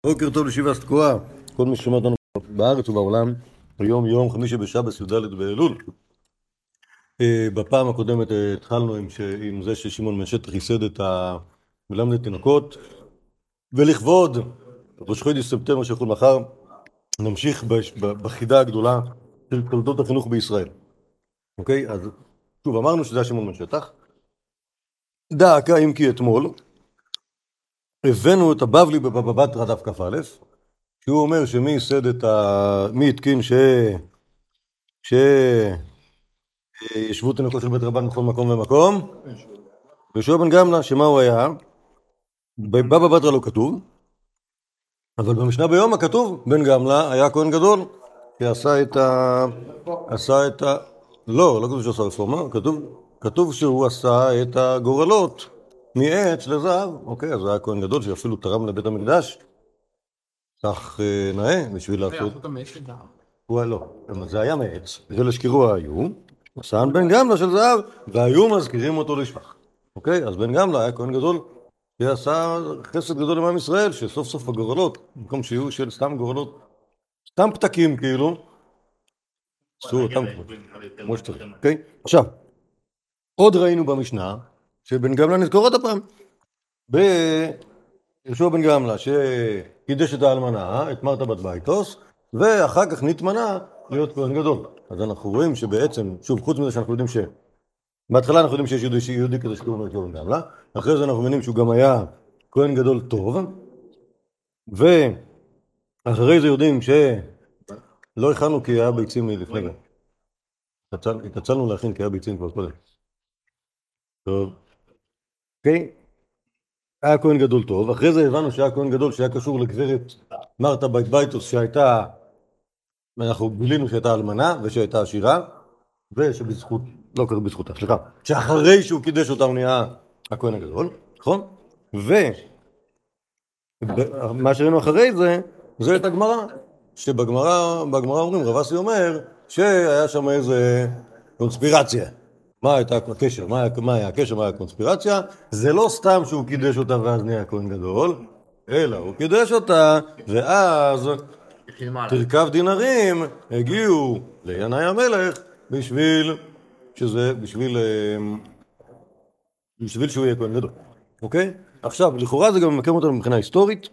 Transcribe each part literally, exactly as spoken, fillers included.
בוקר טוב לישיבה תקועה, כל מי ששומע אותנו בארץ ובעולם. היום יום חמישי בשבס י"ד באלול. בפעם הקודמת התחלנו עם, ש... עם זה ששמעון בן שטח ייסד את מלמד התינוקות, ולכבוד ראש חודש ספטמבר שיחול מחר נמשיך בחידה הגדולה של תולדות החינוך בישראל. אוקיי, אז שוב אמרנו שזה שמעון בן שטח. דאקה אם כי אתמול הבאנו את הבבלי בבבא בתרא דף כ"א, שהוא אומר שמי ייסד את ה... מי התקין ש... ש... ישבו תינוקות של בית רבן בכל מקום ומקום? ויהושע בן גמלא, שמה הוא היה? בבבא בתרא לא כתוב, אבל במשנה ביומא כתוב, בן גמלא היה כהן גדול, שעשה את ה... עשה את ה... לא, לא כתוב שעשה רפורמה, כתוב, כתוב שהוא עשה את הגורלות מעץ לזהב. אוקיי, אז היה כהן גדול שאפילו תרם לבית המקדש כך נאה בשביל לעשות... הוא היה לא, זה היה מעץ, ואלה שקירו היו, עשן בן גמלא של זהב, והיו מזכירים אותו לשבח. אוקיי, אז בן גמלא היה כהן גדול שעשה חסד גדול למען ישראל, שסוף סוף הגורלות, במקום שיהיו של סתם גורלות, סתם פתקים כאילו, עשו אותם כמו שצריך. אוקיי, עכשיו, עוד ראינו במשנה, שבן גמלא נזכור עוד הפעם, ביהושע בן גמלא שקידש את האלמנה, את מרתה בת ביתוס, ואחר כך נתמנה להיות כהן גדול. אז אנחנו רואים שבעצם, שוב, חוץ מזה שאנחנו יודעים ש... בהתחלה אנחנו יודעים שיש יהודי, יהודי כזה שקוראים לו יהושע בן גמלא, אחרי זה אנחנו מבינים שהוא גם היה כהן גדול טוב, ואחרי זה יודעים שלא הכנו כי היה ביצים לפני זה. התעצלנו להכין כי היה ביצים כבר קודם. טוב. אוקיי? היה כהן גדול טוב, אחרי זה הבנו שהיה כהן גדול שהיה קשור לגברת מרתה בת ביתוס שהייתה, אנחנו גילינו שהייתה אלמנה ושהייתה עשירה, ושבזכות, לא קרה בזכותה, סליחה, שאחרי שהוא קידש אותה הוא נהיה הכהן הגדול, נכון? ומה שראינו אחרי זה, זה את הגמרא, שבגמרא, בגמרא אומרים, רב אסי אומר שהיה שם איזה קונספירציה. מה הייתה הקשר? מה היה, מה היה הקשר? מה היה הקונספירציה? זה לא סתם שהוא קידש אותה ואז נהיה כהן גדול, אלא הוא קידש אותה ואז תרכב דינרים הגיעו לינאי המלך בשביל שזה, בשביל בשביל שהוא יהיה כהן גדול. אוקיי? עכשיו, לכאורה זה גם ממקם אותנו מבחינה היסטורית,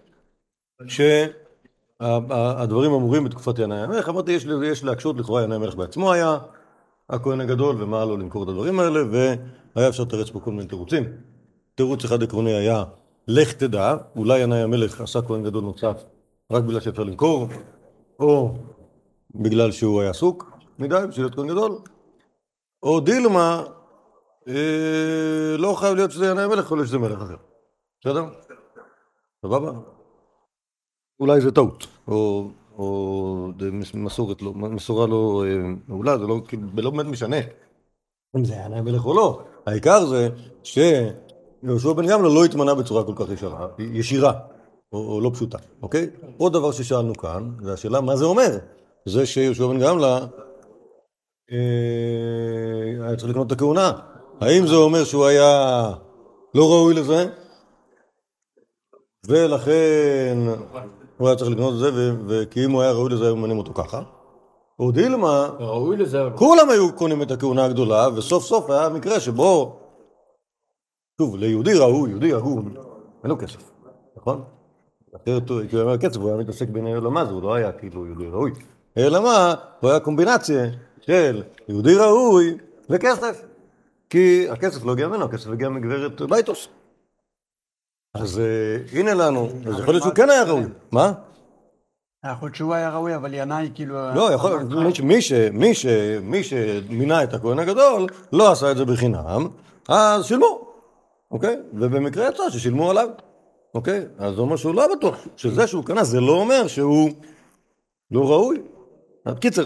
שהדברים אמורים בתקופת ינאי המלך. אמרתי, יש, יש להקשות, לכאורה ינאי המלך בעצמו היה הכהן הגדול, ומה לו למכור את הדברים האלה, והיה אפשר לתרץ פה כל מיני תירוצים. תירוץ אחד עקרוני היה, לך תדע, אולי ינאי המלך עשה כהן גדול נוסף, רק בגלל שאפשר למכור, או בגלל שהוא היה עסוק מדי, בשביל להיות כהן גדול, או דילמה, אה, לא חייב להיות שזה ינאי המלך, או שזה מלך אחר. בסדר? סבבה? אולי זה טעות, או... או מסורת לא, מסורה לא מעולה, זה לא, לא באמת משנה אם זה היה ינאי המלך או לא. העיקר זה שיהושע בן גמלא לא התמנה בצורה כל כך ישרה, ישירה, או, או לא פשוטה, אוקיי? עוד דבר ששאלנו כאן, זה השאלה מה זה אומר, זה שיהושע בן גמלא אה, היה צריך לקנות את הכהונה. האם זה אומר שהוא היה לא ראוי לזה? ולכן הוא היה צריך לקנות את זה, וכי אם הוא היה ראוי לזה, היו ממנים אותו ככה. או דילמה, כולם היו קונים את הכהונה הגדולה, וסוף סוף היה מקרה שבו, שוב, ליהודי ראוי, יהודי ראוי, אין לו כסף, נכון? אחרת הוא היה כסף, הוא היה מתעסק בענייני עולמה, הוא לא היה כאילו יהודי ראוי. אלא מה, הוא היה קומבינציה של יהודי ראוי וכסף. כי הכסף לא הגיע ממנו, הכסף הגיע מגברת ביתוס. אז הנה לנו, אז יכול להיות שהוא כן היה ראוי. מה? יכול להיות שהוא היה ראוי, אבל ינאי כאילו... לא, יכול להיות, מי שמינה את הכהן הגדול, לא עשה את זה בחינם, אז שילמו, אוקיי? ובמקרה יצא ששילמו עליו, אוקיי? אז זה אומר שהוא לא בטוח, שזה שהוא קנה, זה לא אומר שהוא לא ראוי. בקיצר,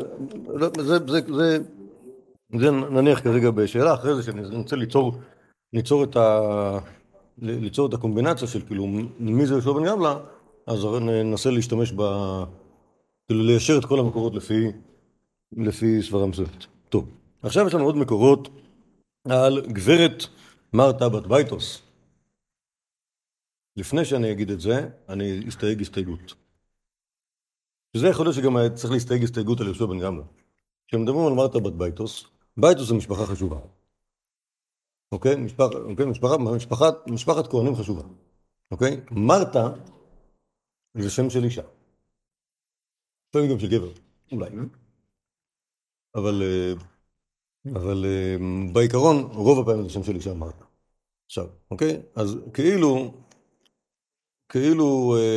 זה נניח כרגע בשאלה, אחרי זה שאני רוצה ליצור את ה... ליצור את הקומבינציה של כאילו מי זה יהושע בן גמלא, אז ננסה להשתמש ב... כאילו ליישר את כל המקורות לפי לפי סברה מסוימת. טוב, עכשיו יש לנו עוד מקורות על גברת מרתה בת ביתוס. לפני שאני אגיד את זה, אני אסתייג הסתייגות. שזה יכול להיות שגם צריך להסתייג הסתייגות על יהושע בן גמלא. כשמדברים על מרתה בת בייטוס, בייטוס זה משפחה חשובה. אוקיי? משפח, אוקיי? משפחה, משפחת, משפחת כהנים חשובה. אוקיי? מרתה זה שם של אישה. לפעמים גם של גבר, אולי. אבל, אבל בעיקרון, רוב הפעמים זה שם של אישה מרתה. עכשיו, אוקיי? אז כאילו, כאילו,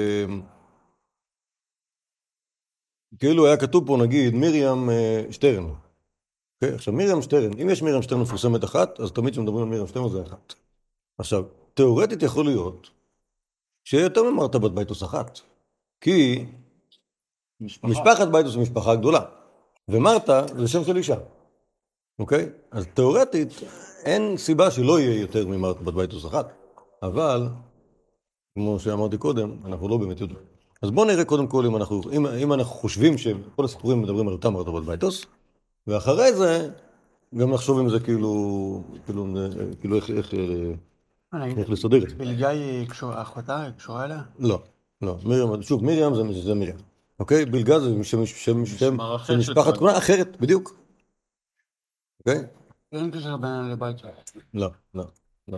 כאילו היה כתוב פה, נגיד, מרים שטרן. אוקיי? עכשיו, מרים שטרן, אם יש מרים שטרן מפורסמת אחת, אז תמיד כשמדברים על מרים שטרן זה אחת. עכשיו, תיאורטית יכול להיות שיהיה יותר ממרתה בת בייטוס אחת. כי משפחה. משפחת בייטוס היא משפחה גדולה, ומרתה זה שם של אישה. אוקיי? אז תיאורטית אין סיבה שלא יהיה יותר ממרתה בת בייטוס אחת. אבל, כמו שאמרתי קודם, אנחנו לא באמת יודעים. אז בואו נראה קודם כל אם אנחנו, אם, אם אנחנו חושבים שכל הסיפורים מדברים על אותה מרתה בת בייטוס, ואחרי זה גם נחשוב אם זה כאילו, כאילו, כאילו איך, איך, איך לסדר את זה. בלגה היא אחותה, היא קשורה אליה? לא, לא. מרים, שוב, מרים זה, זה מרים. אוקיי? בלגה זה שם, שם, שם, של משפחת כהונה אחרת, בדיוק. אוקיי? אין קשר בין לבית. לא, לא, לא.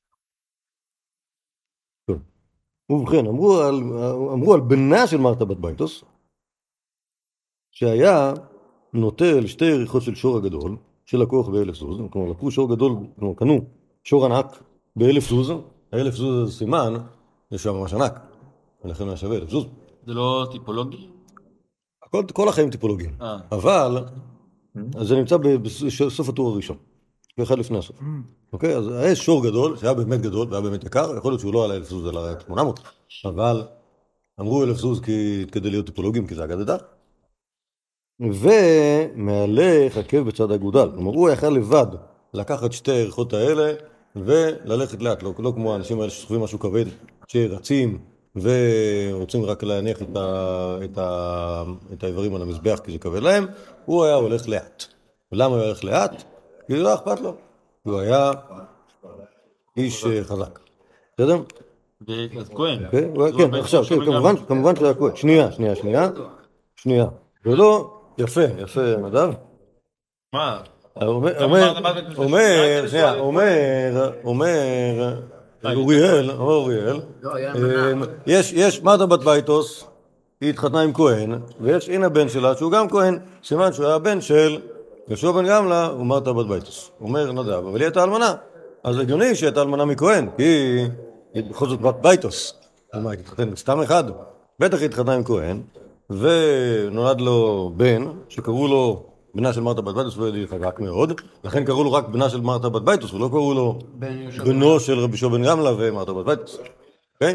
טוב. ובכן, אמרו על, אמרו על בנה של מרתה בת בייטוס, שהיה נוטל שתי יריחות של שור הגדול, של לקוח באלף זוז, כלומר, לקחו שור גדול, כלומר, קנו שור ענק באלף זוז, האלף זוז זה סימן, זה שם ממש ענק, ולכן היה שווה אלף זוז. זה לא טיפולוגי? כל, כל החיים טיפולוגיים, אבל זה נמצא בסוף הטור הראשון, אחד לפני הסוף. אוקיי, אז היה שור גדול, שהיה באמת גדול, והיה באמת יקר, יכול להיות שהוא לא עלה אלף זוז, אלא היה שמונה מאות, אבל אמרו אלף זוז כדי להיות טיפולוגיים, כי זה אגדה. ומהלך עקב בצד אגודל. כלומר, הוא יכל לבד לקחת שתי הערכות האלה וללכת לאט, לא, לא כמו האנשים האלה שסוחבים משהו כבד, שרצים ורוצים רק להניח את, ה, את, ה, את האיברים על המזבח כי זה כבד להם, הוא היה הולך לאט. ולמה הוא הולך לאט? כי זה לא אכפת לו. הוא היה איש חזק. בסדר? אז כהן. כן, עכשיו, כמובן שזה היה כהן. שנייה, שנייה, שנייה. שנייה. ולא... יפה, יפה, נדב. מה? אומר, אומר, שנייה, אומר, אומר, אוריאל, אומר אוריאל, יש, יש מרתה בת בייטוס, היא התחתנה עם כהן, ויש הנה בן שלה שהוא גם כהן, סימן שהוא היה בן של יהושע בן גמלא ומרתה בת בייטוס. אומר נדב, אבל היא הייתה אלמנה, אז הגיוני שהיא הייתה אלמנה מכהן, כי היא בכל זאת בת בייטוס. מה, היא התחתנה סתם אחד? בטח היא התחתנה עם כהן, ונולד לו בן, שקראו לו בנה של מרתה בת בייטוס, והוא חזק מאוד, לכן קראו לו רק בנה של מרתה בת בייטוס, ולא קראו לו בנו של רבי יהושע בן גמלא ומרתה בת בייטוס. אוקיי?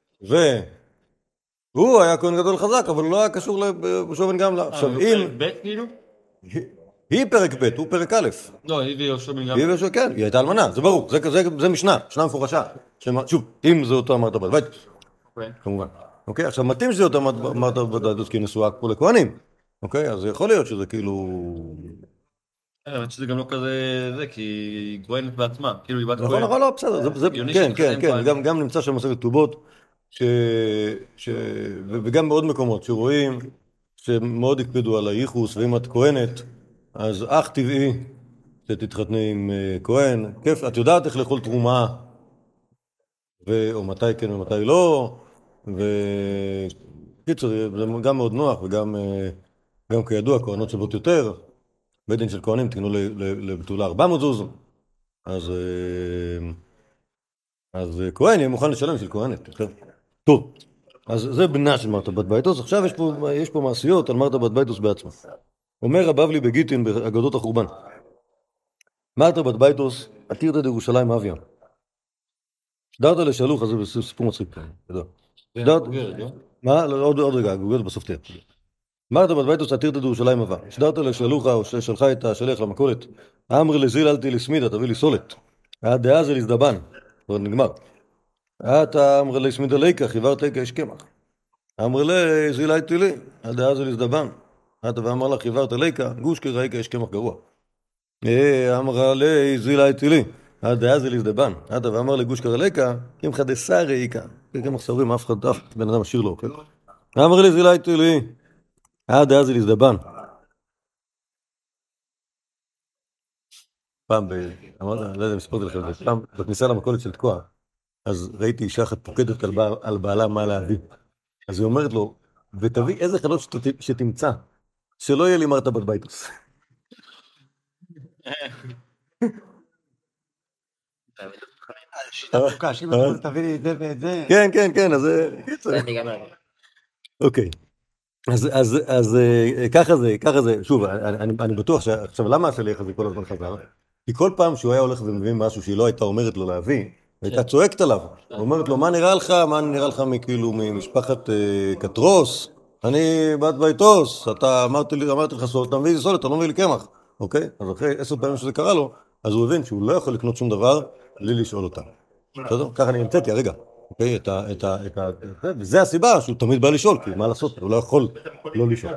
והוא היה כהן גדול חזק, אבל הוא לא היה קשור לרבי יהושע בן גמלא. עכשיו, אם... פרק ב' כאילו? היא פרק ב', הוא פרק א'. לא, היא ויהושע בן גמלא. היא ויהושע, כן, היא הייתה אלמנה, זה ברור, זה משנה, משנה מפורשה. שוב, אם זה אותו מרתה בת בייטוס, כמובן. אוקיי, עכשיו מתאים שזה אותה מרתה בת בייטוס כי נשואה פה לכהנים. אוקיי, אז יכול להיות שזה כאילו... האמת שזה גם לא כזה זה, כי היא כהנת בעצמה, כאילו היא בת כהן. נכון, נכון, לא, בסדר, כן, כן, כן, גם נמצא שם מסכת כתובות, וגם בעוד מקומות שרואים שמאוד הקפידו על הייחוס, ואם את כהנת, אז אך טבעי שתתחתני עם כהן. כיף, את יודעת איך לאכול תרומה, או מתי כן ומתי לא, וקיצור, זה גם מאוד נוח, וגם גם כידוע, כהנות שוות יותר, בית דין של כהנים תקנו לבתולה ארבע מאות זוז, אז אז כהן יהיה מוכן לשלם של כהנת. טוב, אז זה בנה של מרתה בת בייטוס. עכשיו יש פה, יש פה מעשיות על מרתה בת בייטוס בעצמה. אומר הבבלי בגיטין באגדות החורבן, מרתה בת בייטוס עתירתא דירושלים אביה. שדרת לשלוחה, זה סיפור מצחיק. מה? עוד רגע, גוגלת בסוף תהיה. מרתה בת בייטוס עתירתא דירושלים אביה. שדרת לשלוחה או ששלחה את השליח למכולת. אמר לזיל אלתי לסמידה, תביא לי סולת. הדעה זה לזדבן. כבר נגמר. אתה אמר לי סמידה ליקה, חיברת ליקה יש קמח. אמר לי זיל אלתי לי, הדעה זה לזדבן. אתה ואמר לה חיברת ליקה, גוש כראיקה יש קמח גרוע. אמר לי זיל אלתי לי, עד דאז אליזדבן, עד ואמר לגוש קרלקה, אם חדסה ראיקה. גם מחסורים, אף אחד, אף בן אדם משאיר לו, כן? אמר לי זילי תולי, עד דאז אליזדבן. פעם, אמרת, לא יודע אם סיפרתי לכם את זה, פעם בכניסה למכולת של תקוע, אז ראיתי אישה אחת פוקדת על, בעל, על בעלה מה להביא. אז היא אומרת לו, ותביא איזה חלות שת, שתמצא, שלא יהיה לי מרתה בת ביתוס. שיטה פוקה, שאם אתה תביא לי את זה ואת זה... כן, כן, כן, אז... אוקיי. אז, אז, אז ככה זה, ככה זה, שוב, אני, אני בטוח שעכשיו, למה השליח הזה כל הזמן חזר? כי כל פעם שהוא היה הולך ומביא משהו שהיא לא הייתה אומרת לו להביא, הייתה צועקת עליו, אומרת לו, מה נראה לך, מה נראה לך מכאילו ממשפחת קטרוס? אני בת ביתוס, אתה אמרתי לי, אמרתי לך סולת, אתה מביא לי סולת, אתה לא מביא לי קמח, אוקיי? אז אחרי עשר פעמים שזה קרה לו, אז הוא הבין שהוא לא יכול לקנות שום דבר בלי לשאול אותה. בסדר? ככה אני המצאתי הרגע. אוקיי, את ה... את ה... את ה... וזה הסיבה שהוא תמיד בא לשאול, כי מה לעשות, הוא לא יכול לא לשאול.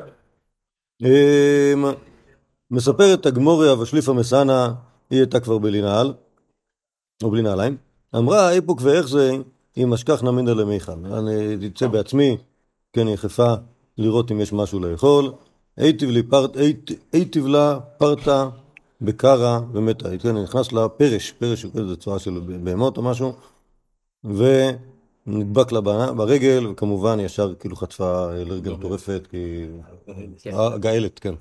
מספרת הגמוריה ושליפה מסנה, היא הייתה כבר בלי נעל, או בלי נעליים, אמרה, איפוק ואיך זה, אם משכח נמינדה למיכל. אני אצא בעצמי, כן, יחפה, לראות אם יש משהו לאכול. היטיב לה פרטה בקרה ומתה. כן, נכנס לה פרש, פרש זה צורה של בהמות או משהו, ונדבק לה ברגל, וכמובן ישר כאילו חטפה אלרגיה מטורפת, כי... גאלת, כן.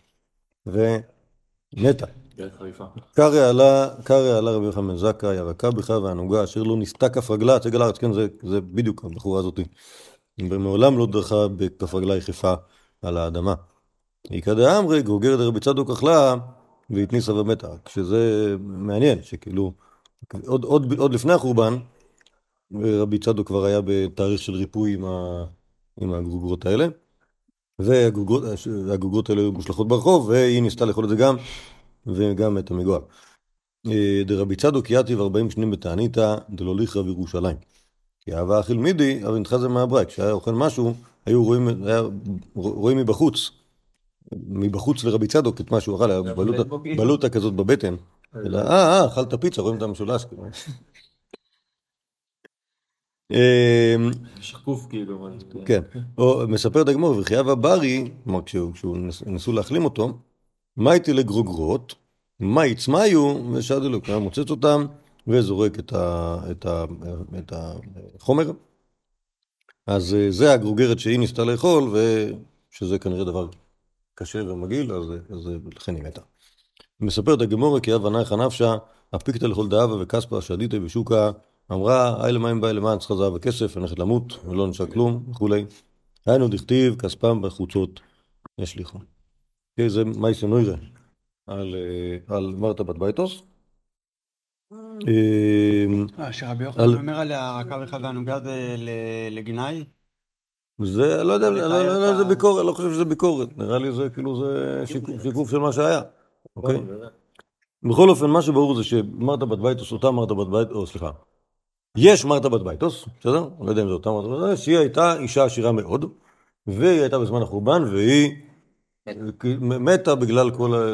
ומתה. קרא עלה, קרא עלה רבי יוחנן בן זכאי, ירקה בך והנוגה, אשר לא נסתה כף רגלה, צג על הארץ, כן, זה, זה בדיוק הבחורה הזאת. ומעולם לא דרכה בכף רגלה יחפה על האדמה. יקדע אמרי, גרוגר דרבי צדוק אכלה, והתניסה ומתה. כשזה מעניין, שכאילו, עוד, עוד, עוד לפני החורבן, רבי צדוק כבר היה בתאריך של ריפוי עם, ה, עם הגרוגרות האלה, והגרוגרות האלה היו מושלכות ברחוב, והיא ניסתה לאכול את זה גם, וגם את המגועל. דרבי צדוק יתיב ארבעים שנים בתעניתא דלא ליכרא בירושלים. כי אהבה אכיל מידי, אבל נתחזה מהברק. כשהיה אוכל משהו, היו רואים, היה, רואים מבחוץ, מבחוץ לרבי צדוק את משהו אכל, היה בלוטה, בלוטה כזאת בבטן. אלא, אה, אה, אכלת פיצה, רואים את המשולש. שקוף כאילו. כן. או מספר את הגמור, וחייב הברי, כלומר כשהוא נסו להחלים אותו, מה הייתי לגרוגרות, מה יצמיו, ושעד אלוקה מוצץ אותם, וזורק את, ה, את, ה, את החומר. אז זה הגרוגרת שהיא ניסתה לאכול, ושזה כנראה דבר קשה ומגעיל, אז, אז לכן היא מתה. מספר את הגמור, כי אבא נייך הנפשה, הפיקתה לכל דאבה וכספה, שעדיתה בשוקה, אמרה, אי למים באי למען צריכה זהב וכסף, הולכת למות, ולא נשאר כלום, וכולי. היינו דכתיב, כספם בחוצות ישליכו. זה מייסה נוירה על, על מרתה בת ביתוס. שרבי יוחנן אומר עליה רכה בך והנוגה זה לגנאי? זה, לא יודע, לא זה ביקורת, לא חושב שזה ביקורת, נראה לי זה כאילו זה שיקוף של מה שהיה, אוקיי? בכל אופן, מה שברור זה שמרתה בת ביתוס, אותה מרתה בת ביתוס, או סליחה, יש מרתה בת ביתוס, בסדר? אני לא יודע אם זה אותה מרתה בת ביתוס, שהיא הייתה אישה עשירה מאוד, והיא הייתה בזמן החורבן, והיא מתה בגלל כל...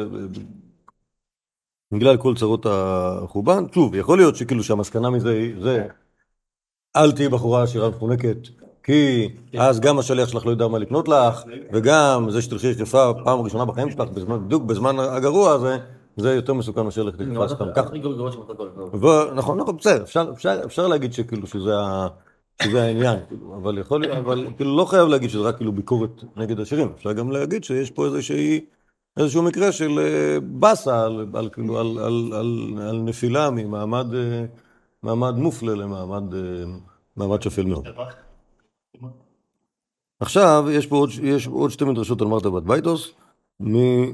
בגלל כל צרות החורבן. שוב, יכול להיות שכאילו שהמסקנה מזה זה אל תהי בחורה עשירה מפונקת, כי אז גם השליח שלך לא יודע מה לקנות לך, וגם זה שתלכי יחפה פעם ראשונה בחיים שלך, בדיוק בזמן הגרוע הזה, זה יותר מסוכן מאשר ללכת לקפה סתם ככה. נכון, נכון, בסדר, אפשר להגיד שכאילו שזה העניין, אבל יכול להיות, אבל כאילו לא חייב להגיד שזה רק כאילו ביקורת נגד השירים, אפשר גם להגיד שיש פה איזושהי איזשהו מקרה של בסה על, על, כאילו, על, על, על, על נפילה ממעמד מעמד מופלה למעמד מעמד שפל מאוד. עכשיו, יש פה עוד, יש עוד שתי מדרשות על מרתה בת ביתוס, מ,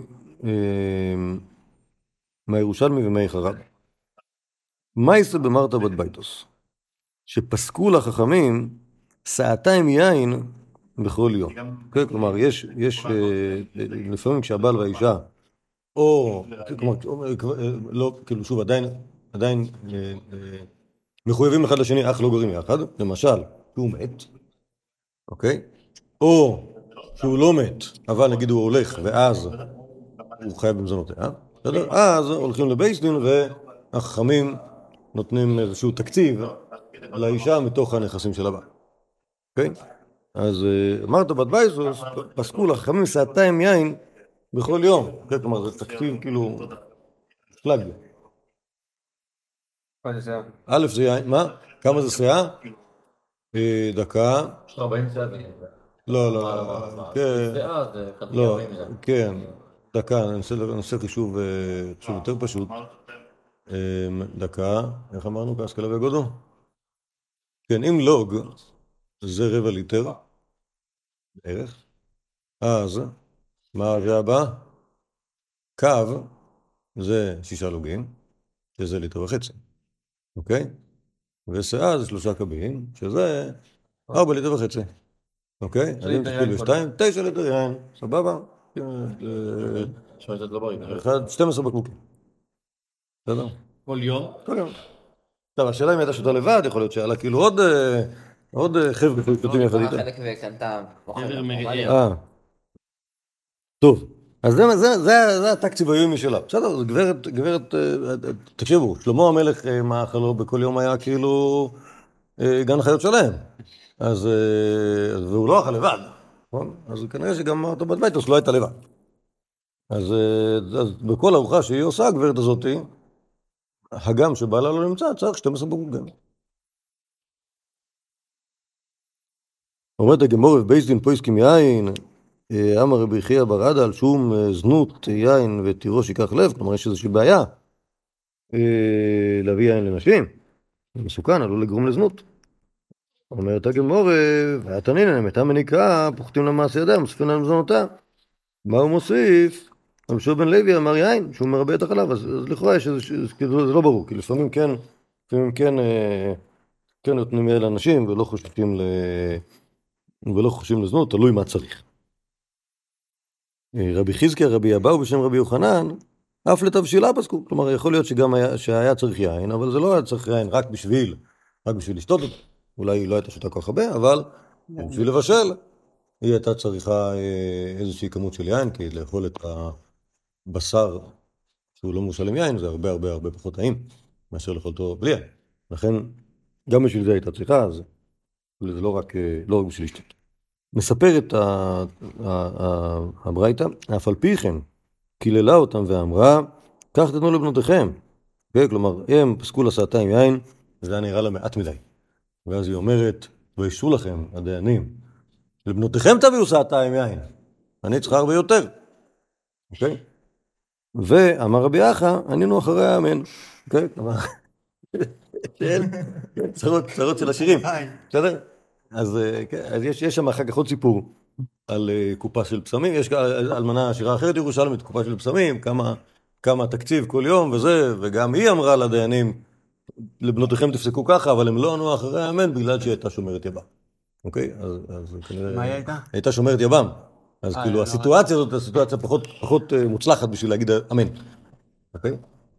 מהירושלמי ומהיחרב. מה יעשה במרתה בת ביתוס? שפסקו לחכמים סעתיים יין בכל יום. כן, כלומר, יש, יש, לפעמים כשהבעל והאישה, או, כלומר, לא, כאילו, שוב, עדיין, עדיין מחויבים אחד לשני, אך לא גורים יחד, למשל, שהוא מת, אוקיי? או שהוא לא מת, אבל נגיד הוא הולך, ואז הוא חייב במזונותיה, בסדר? אז הולכים לבייס דין החכמים נותנים איזשהו תקציב לאישה מתוך הנכסים של הבעל. אוקיי? אז מרתה בת בייסוס פסקו לחכמים שעתיים יין בכל יום. כלומר, זה תקציב כאילו שלג. א' זה יין, מה? כמה זה שאה? דקה. יש לך ארבעים שעה. לא, לא, כן. לא, כן. דקה, אני אנסה חישוב יותר פשוט. דקה, איך אמרנו? כהשכלה והגודו? כן, אם לוג זה רבע ליטר, בערך, אז מה זה הבא? קו זה שישה לוגים, שזה ליטר וחצי, אוקיי? ושאה זה שלושה קבים, שזה ארבע ליטר וחצי, אוקיי? אז אם תשקיל בשתיים, תשע ליטר יין, סבבה? אחד, שתים עשרה בקבוקים. בסדר? כל יום? כל יום. טוב, השאלה אם הייתה שותה לבד, יכול להיות שהיה לה כאילו עוד עוד חבר'ה שותים יחד איתה. חלק וקנתה. אה. טוב, אז זה התקציב היומי שלה. בסדר, גברת, גברת, תקשיבו, שלמה המלך מאכלו בכל יום היה כאילו גן חיות שלהם. אז, והוא לא אכל לבד, נכון? אז כנראה שגם מרתה בת בייסוס לא הייתה לבד. אז, אז בכל ארוחה שהיא עושה, הגברת הזאתי, הגם שבעלה לא נמצא, צריך שתים עשרה בקבוקים. אומרת הגמרא בבייס דין פויסקים יין, אמר רבי חייא בר עדה על שום זנות יין ותירוש ייקח לב, כלומר יש איזושהי בעיה להביא יין לנשים, זה מסוכן, עלול לגרום לזנות. אומרת הגמרא, והתנינא נמתה מניקה, פוחתים למעשה ידיה, מוסיפים להם מזונותיה. מה הוא מוסיף? רבי שמעון בן לוי אמר יין, שהוא מרבה את החלב, אז, אז לכאורה יש איזה, כאילו זה לא ברור, כי לפעמים כן, לפעמים כן, כן נותנים יין לאנשים ולא חושבים ל... ולא חושבים לזנות, תלוי מה צריך. רבי חזקיה, רבי אבאו בשם רבי יוחנן, אף לתבשילה פסקו, כלומר יכול להיות שגם היה, שהיה צריך יין, אבל זה לא היה צריך יין רק בשביל, רק בשביל לשתות אותו, אולי היא לא הייתה שותה כל כך הרבה, אבל בשביל לבשל, היא הייתה צריכה איזושהי כמות של יין, כי לאכול את הבשר שהוא לא מושל עם יין, זה הרבה הרבה הרבה פחות טעים, מאשר לאכול אותו בלי יין. לכן, גם בשביל זה הייתה צריכה, אז זה לא רק, לא רק בשביל לשתות. מספרת הברייתא, אף על פי כן, קיללה אותם ואמרה, כך תתנו לבנותיכם. כלומר, הם פסקו לה שעתיים יין, זה היה נראה לה מעט מדי. ואז היא אומרת, וישו לכם, הדיינים, לבנותיכם תביאו שעתיים יין, אני צריכה הרבה יותר. אוקיי? ואמר רבי אחא, ענינו אחריה אמן. אוקיי? כלומר, צרות של השירים. בסדר? אז יש שם אחר כך עוד סיפור על קופה של פסמים, יש אלמנה שירה אחרת ירושלמית, קופה של פסמים, כמה תקציב כל יום וזה, וגם היא אמרה לדיינים, לבנותיכם תפסקו ככה, אבל הם לא ענו אחרי האמן בגלל שהיא הייתה שומרת יבם. אוקיי? אז כנראה... מה היא הייתה? הייתה שומרת יבם. אז כאילו הסיטואציה הזאת, הסיטואציה פחות מוצלחת בשביל להגיד אמן. אוקיי?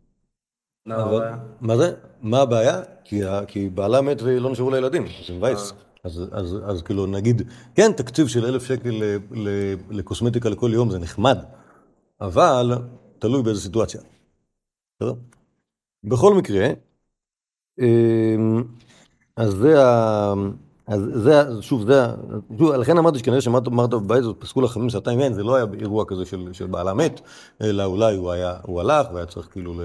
מה זה? מה הבעיה? כי בעלה מת ולא נשארו לילדים, זה מבייס. אז, אז, אז כאילו נגיד, כן, תקציב של אלף שקל לקוסמטיקה לכל יום זה נחמד, אבל תלוי באיזו סיטואציה. בסדר? בכל מקרה, אז זה ה... אז זה, שוב, זה, שוב, לכן אמרתי שכנראה שמרתה בבייסוס פסקו לחכמים שעתיים יין, זה לא היה אירוע כזה של, של בעלה מת, אלא אולי הוא היה, הוא הלך והיה צריך כאילו ל...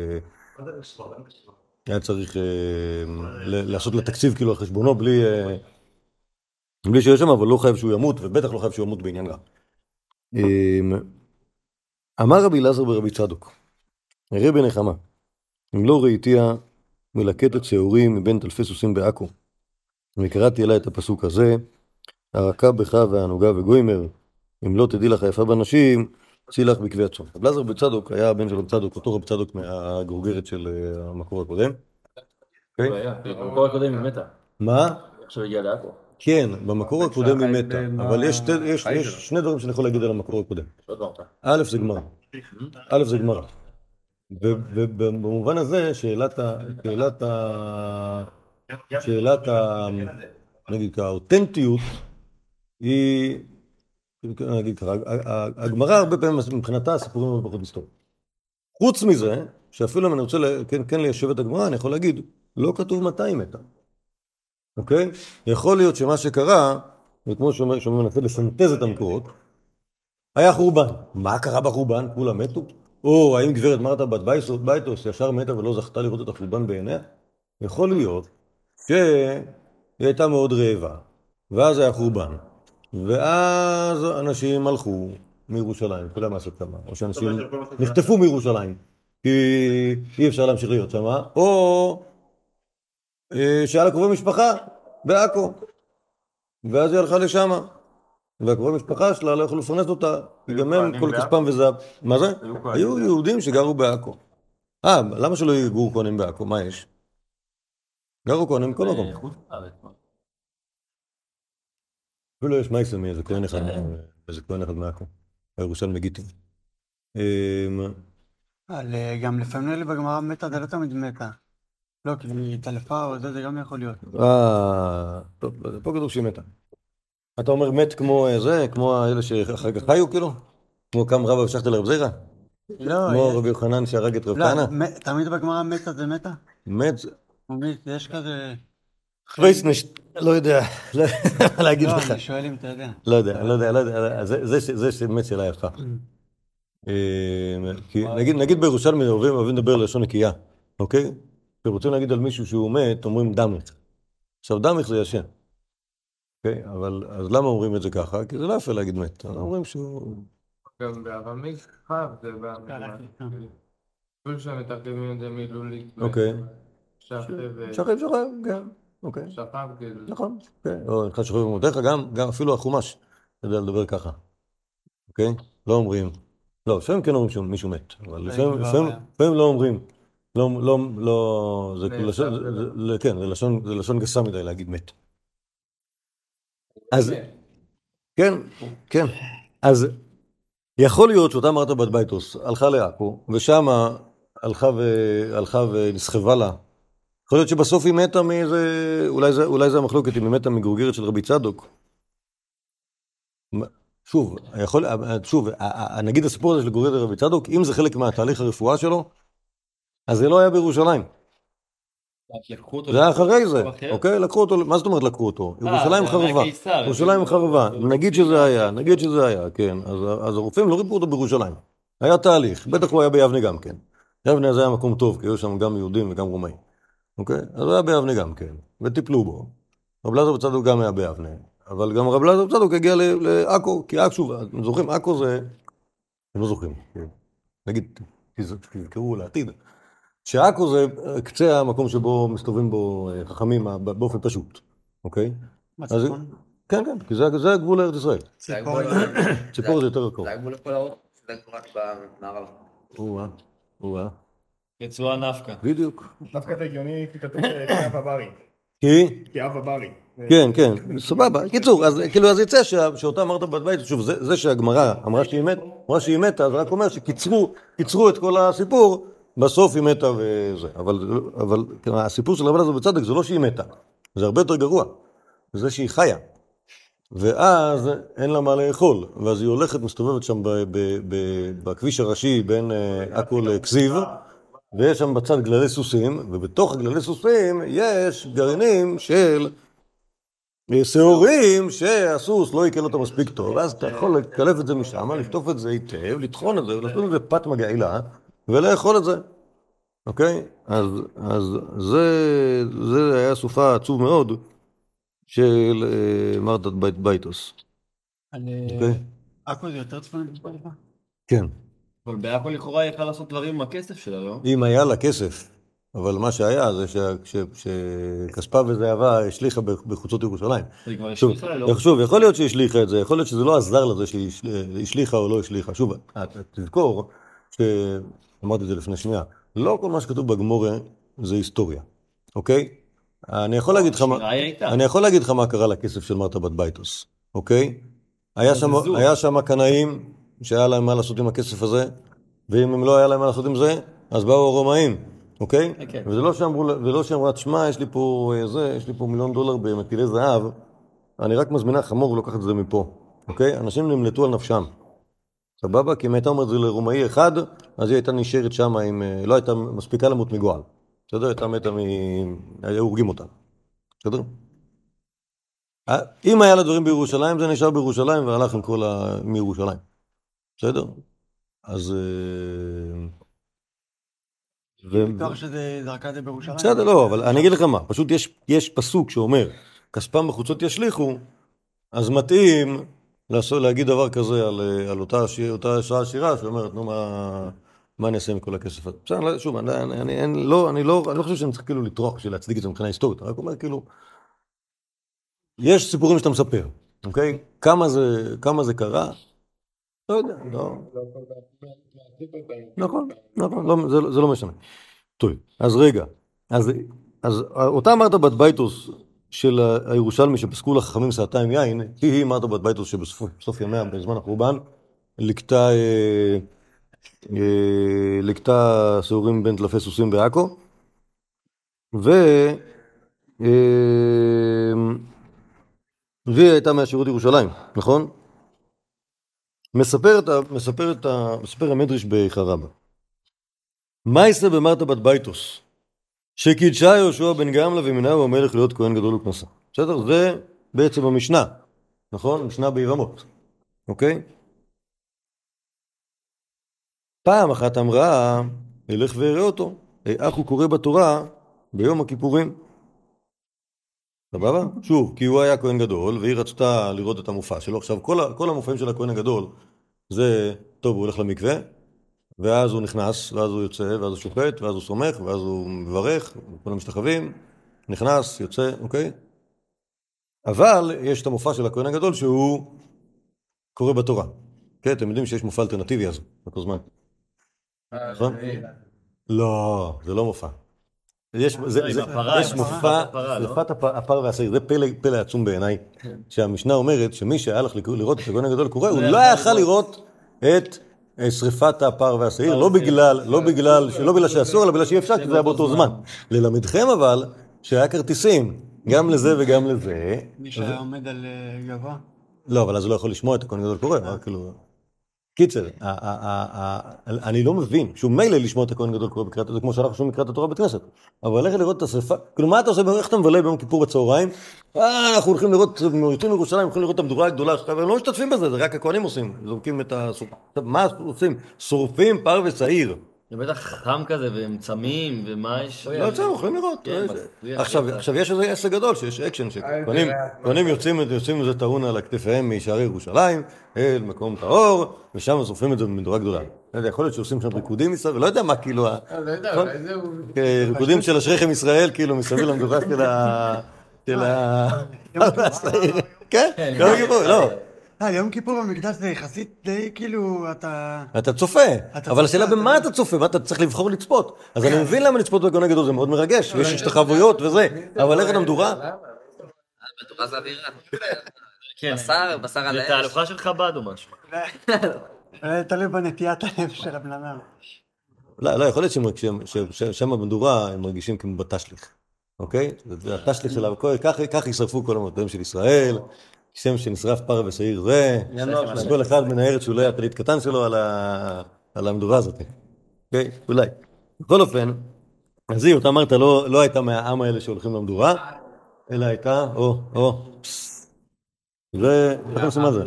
היה צריך ל... לעשות לתקציב כאילו על חשבונו בלי... בלי שיש שם, אבל לא חייב שהוא ימות, ובטח לא חייב שהוא ימות בעניין רע. אמר רבי אלעזר ברבי צדוק, רבי נחמה, אם לא ראיתיה מלקטת שעורים מבין תלפי סוסים בעכו, וקראתי אליי את הפסוק הזה, הרכה בך והענוגה וגוימר, אם לא תדעי לך יפה בנשים, צאי לך בקביעת צום. רבי אלעזר ברבי צדוק היה הבן של רבי צדוק, אותו רבי צדוק מהגרוגרת של המקור הקודם. במקור הקודם היא מתה. מה? עכשיו הגיעה לעכו. כן, במקור הקודם היא מתה, אבל יש שני דברים שאני יכול להגיד על המקור הקודם. א' זה גמרא. א' זה גמרא. ובמובן הזה, שאלת ה... שאלת ה... שאלת ה... נגיד, האותנטיות היא... נגיד ככה, הגמרא הרבה פעמים מבחינתה הסיפורים הם פחות היסטוריים. חוץ מזה, שאפילו אם אני רוצה לה, כן, כן ליישב את הגמרא, אני יכול להגיד, לא כתוב מתי היא מתה. אוקיי? יכול להיות שמה שקרה, וכמו שאומר, שאומר מנסה לסנטז את המקורות, היה חורבן. מה קרה בחורבן? כולם מתו? או האם גברת מרתה בת בייטוס, בייטוס ישר מתה ולא זכתה לראות את החורבן בעיניה? יכול להיות שהיא הייתה מאוד רעבה, ואז היה חורבן, ואז אנשים הלכו מירושלים, אתה יודע מה לעשות כמה, או שאנשים נחטפו מירושלים, כי אי אפשר להמשיך להיות שם, או שהיה לה קרובי משפחה בעכו, ואז היא הלכה לשם, והקרובי משפחה שלה לא יכלו לפרנס אותה, גם הם כל כספם וזהב. מה זה? היו יהודים שגרו בעכו. אה, למה שלא יגורו כהנים בעכו? מה יש? גרו כהנים בכל מקום. אפילו יש מייסר מאיזה כהן אחד, איזה כהן אחד מעכו. הירושלמי גיטי. גם לפעמים נראה לי בגמרא מתה, זה לא תמיד מתה. לא, כי היא התעלפה או זה, זה גם יכול להיות. אה, טוב, פה כתוב שהיא מתה. אתה אומר מת כמו זה, כמו אלה שאחר כך חיו כאילו? כמו קם רבא ושחטה לרב זירא? לא. כמו רבי יוחנן שהרג את רב כהנא? לא, תמיד בגמרא מתה זה מתה? מת. יש כזה... חוויסנש, לא יודע, לא יודע להגיד לך. לא, אני שואל אם אתה יודע. לא יודע, לא יודע, לא יודע, זה שמת שאלה יפה. נגיד בירושלמי אוהבים לדבר לשון נקייה, אוקיי? כשרוצים להגיד על מישהו שהוא מת, אומרים דמך. עכשיו דמך זה ישן. אוקיי, אבל אז למה אומרים את זה ככה? כי זה לא יפה להגיד מת. אומרים שהוא... גם בארמית חב זה בארמית. כל שם מתרגמים את זה מילולית. אוקיי. שכב. שכב, שכב, כן. אוקיי. שכב כאילו. נכון. או אחד שכב במותיך, גם אפילו החומש יודע לדבר ככה. אוקיי? לא אומרים. לא, לפעמים כן אומרים שמישהו מת. אבל לפעמים לא אומרים. לא, לא, לא... זה כן, זה לשון גסה מדי להגיד מת. אז, כן, כן, אז יכול להיות שאותה מרתה בת בייטוס הלכה לעכו, ושם הלכה, ו... הלכה ונסחבה לה. יכול להיות שבסוף היא מתה מאיזה, אולי זה, אולי זה המחלוקת, אם היא מתה מגורגרת של רבי צדוק. שוב, יכול, שוב, נגיד הסיפור הזה של גורגרת רבי צדוק, אם זה חלק מהתהליך הרפואה שלו, אז זה לא היה בירושלים. זה היה אחרי זה, אוקיי? לקחו אותו, מה זאת אומרת לקחו אותו? ירושלים חרבה, ירושלים חרבה, נגיד שזה היה, נגיד שזה היה, כן, אז הרופאים לא ריפו אותו בירושלים, היה תהליך, בטח הוא היה ביבנה גם כן, יבנה זה היה מקום טוב, כי היו שם גם יהודים וגם רומאים, אוקיי? אז הוא היה ביבנה גם כן, וטיפלו בו, רב אלעזר בצדוק גם היה ביבנה, אבל גם רב אלעזר בצדוק הגיע לעכו, כי עכו, שוב, אתם זוכרים, עכו זה, אתם לא זוכרים, נגיד, תזכרו לעתיד, שעכו זה קצה המקום שבו מסתובבים בו חכמים באופן פשוט, אוקיי? מצפון? כן, כן, כי זה הגבול לארץ ישראל. ציפור זה יותר קרוב. זה הגבול לכל האור, זה רק במערב. או-אה, או-אה. רצועה נפקא. בדיוק. נפקא זה הגיוני, כי כתוב כאב הברי. כי? כאב הברי. כן, כן, סבבה. קיצור, אז כאילו אז יצא שאותה מרתה בת בייטוס, שוב, זה שהגמרא אמרה שהיא מתה, זה רק אומר שקיצרו את כל הסיפור, בסוף היא מתה וזה, אבל, אבל הסיפור של רב אלעזר בצדוק זה לא שהיא מתה, זה הרבה יותר גרוע, זה שהיא חיה, ואז אין לה מה לאכול, ואז היא הולכת, מסתובבת שם ב, ב, ב, בכביש הראשי בין עכו לכזיב, ויש שם בצד גללי סוסים, ובתוך הגללי סוסים יש גרעינים של שעורים שהסוס לא יקל אותה מספיק טוב, ואז אתה יכול לקלף את זה משם, לפתוף את זה היטב, לטחון את זה, ולעשות את זה פת מגעילה, ולאכול את זה, אוקיי? אז, אז זה, זה היה סופה עצוב מאוד של מרתה בת בייטוס. אוקיי? עכו זה יותר צפונית בצפון? כן. אבל בעכו לכאורה היא יכולה לעשות דברים עם הכסף שלה, לא? אם היה לה כסף, אבל מה שהיה זה שכספה וזהבה השליחה בחוצות ירושלים. היא כבר השליחה לא? שוב, יכול להיות שהיא השליחה את זה, יכול להיות שזה לא עזר לזה שהיא השליחה או לא השליחה. שוב, תזכור, שאמרתי את זה לפני שנייה, לא כל מה שכתוב בגמורה זה היסטוריה, אוקיי? אני יכול להגיד לך מה, אני יכול להגיד לך מה קרה לכסף של מרתה בת בייטוס, אוקיי? היה שם קנאים שהיה להם מה לעשות עם הכסף הזה, ואם הם לא היה להם מה לעשות עם זה, אז באו הרומאים, אוקיי? וזה לא שאמרו, ולא שאמרו, תשמע, יש לי פה זה, יש לי פה מיליון דולר במטילי זהב, אני רק מזמינה חמור ולוקחת את זה מפה, אוקיי? אנשים נמלטו על נפשם. סבבה? כי אם הייתה אומרת זה לרומאי אחד, אז היא הייתה נשארת שם עם, לא הייתה מספיקה למות מגועל. בסדר? הייתה מתה מ... היו הורגים אותה. בסדר? אם היה לה דברים בירושלים, זה נשאר בירושלים והלך עם כל ה... מירושלים. בסדר? אז... בטוח שזה זרקה את זה בירושלים. בסדר, לא, אבל אני אגיד לך מה, פשוט יש, יש פסוק שאומר, כספם בחוצות ישליכו, אז מתאים לעשות, להגיד דבר כזה על, על אותה, אותה שעה שירה, שאומרת, נו, מה, מה אני אעשה עם כל הכסף הזה? בסדר, שוב, אני, אני, אני, אני, לא, אני, לא, אני לא חושב שאני צריך כאילו לטרוח בשביל להצדיק את זה מבחינה היסטורית, אני רק אומר כאילו, יש סיפורים שאתה מספר, אוקיי? כמה זה, כמה זה קרה? לא יודע, לא. נכון, נכון, לא, זה, זה לא משנה. טוב, אז רגע, אז, אז אותה מרתה בת בייטוס של הירושלמי שפסקו לחכמים סעתיים יין, היא היא מרתה בת בייטוס שבסוף ימיה, בזמן החורבן, לקטה, אה, אה, לקטה שעורים בין תלפי סוסים בעכו, ו... אה, והיא הייתה מהשירות ירושלים, נכון? מספר, את ה, מספר, את ה, מספר המדריש בחרבה. מה יעשה במרתה בת בייטוס? שקידשה יהושע בן גמלא ומינהו המלך להיות כהן גדול וכנסה. בסדר? זה בעצם המשנה, נכון? משנה ביבמות, אוקיי? פעם אחת אמרה, אלך ואראה אותו, איך הוא קורא בתורה ביום הכיפורים. סבבה? שוב, כי הוא היה כהן גדול, והיא רצתה לראות את המופע שלו. עכשיו, כל, כל המופעים של הכהן הגדול, זה, טוב, הוא הולך למקווה, ואז הוא נכנס, ואז הוא יוצא, ואז הוא שופט, ואז הוא סומך, ואז הוא מברך, כולם משתחווים, נכנס, יוצא, אוקיי? אבל יש את המופע של הכהן הגדול שהוא קורא בתורה. כן, אתם יודעים שיש מופע אלטרנטיבי אז, באותו זמן. נכון? לא, זה לא מופע. יש, זה, זה, יש מופע, שרפת הפר והשעיר, זה פלא, פלא עצום בעיניי, שהמשנה אומרת שמי שהיה לך לראות את הכהן הגדול קורא, הוא לא יכול לראות את שריפת הפר והשעיר, לא בגלל, לא בגלל, לא בגלל שאסור, אלא בגלל שאי אפשר, כי זה היה באותו זמן. ללמדכם אבל, שהיה כרטיסים, גם לזה וגם לזה. מי שהיה עומד על גבוה? לא, אבל אז הוא לא יכול לשמוע את הכהן הגדול קורא, כאילו... קיצר, אני לא מבין, שהוא מילא לשמוע את הכהן גדול קורא בקריאת, זה כמו שאנחנו שומעים בקריאת התורה בכנסת, אבל הולך לראות את השריפה, כאילו מה אתה עושה, איך אתה מבלה ביום כיפור בצהריים? אה, אנחנו הולכים לראות, יוצאים לירושלים, הולכים לראות את המדורה הגדולה, הם לא משתתפים בזה, זה רק הכהנים עושים, זורקים את ה... מה עושים? שורפים פר ושעיר. זה בטח חם כזה, והם צמים, ומה יש... לא יוצא, יכולים לראות. עכשיו, יש איזה עסק גדול שיש אקשן, שכהנים יוצאים איזה טעון על הכתפיהם משערי ירושלים, אל מקום טהור, ושם שורפים את זה במדורה גדולה. יכול להיות שעושים שם ריקודים מסביב, לא יודע מה כאילו... לא יודע, אולי זהו... ריקודים של השכם ישראל, כאילו מסביב למדורה של ה... של ה... כן, יום כיפור, לא. אה, יום כיפור במקדש זה יחסית די כאילו אתה... אתה צופה, אבל השאלה במה אתה צופה, מה אתה צריך לבחור לצפות. אז אני מבין למה לצפות בכהן הגדול, זה מאוד מרגש, יש השתחוויות וזה, אבל איך את המדורה? המדורה זה אווירה. כן. בשר, בשר על האש. זה תהלוכה של חב"ד או משהו. תלוי בנטיית הלב של הבן אדם. לא, לא, יכול להיות ששם במדורה הם מרגישים כמו בתשליך, אוקיי? התשליך שלה, כך ישרפו כל המותם של ישראל, שם שנשרף פר ושעיר זה, אז כל אחד מנער את שולי הטלית קטן שלו על המדורה הזאת. אוקיי? אולי. בכל אופן, אז היא, אותה אמרת, לא הייתה מהעם האלה שהולכים למדורה, אלא הייתה, או, או, זה, איך עושים מה זה?